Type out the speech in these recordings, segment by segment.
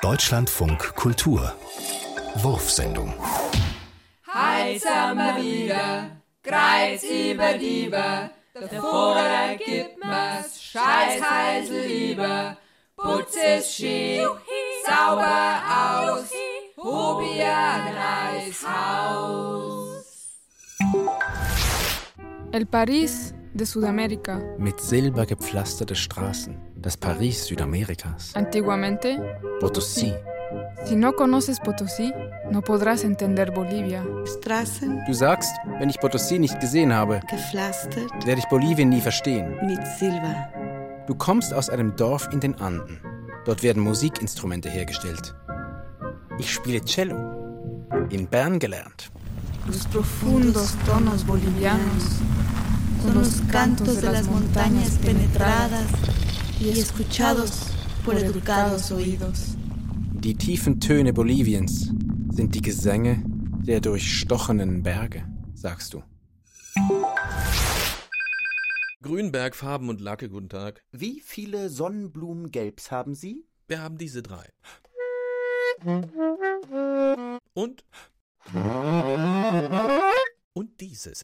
Deutschlandfunk Kultur Wurfsendung. Heiz immer wieder, Kreuz über Dieber, der Vorder gibt mir's, scheiß Heisel lieber, putz es schön, sauber aus, hob ihr ein neues Haus. El París de Sudamérica. Mit Silber gepflasterte Straßen. Das Paris Südamerikas. Antiguamente, Potosí. si no conoces Potosí, no podrás entender Bolivia. Straßen Du sagst, wenn ich Potosí nicht gesehen habe, gepflastert werde ich Bolivien nie verstehen. mit Silber. Du kommst aus einem Dorf in den Anden. Dort werden Musikinstrumente hergestellt. Ich spiele Cello. In Bern gelernt. Los profundos tonos bolivianos son los cantos de las montañas penetradas y escuchados por educados oídos. Die tiefen Töne Boliviens sind die Gesänge der durchstochenen Berge, sagst du. Grünberg, Farben und Lacke, guten Tag. Wie viele Sonnenblumengelbs haben Sie? Wir haben diese 3. Und? Und dieses.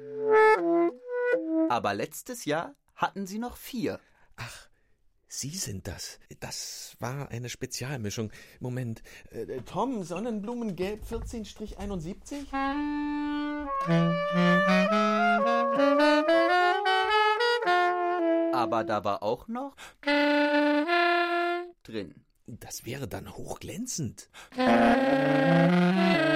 Aber letztes Jahr hatten Sie noch 4. Ach, Sie sind das. Das war eine Spezialmischung. Moment. Tom, Sonnenblumengelb 14-71? Aber da war auch noch drin. Das wäre dann hochglänzend.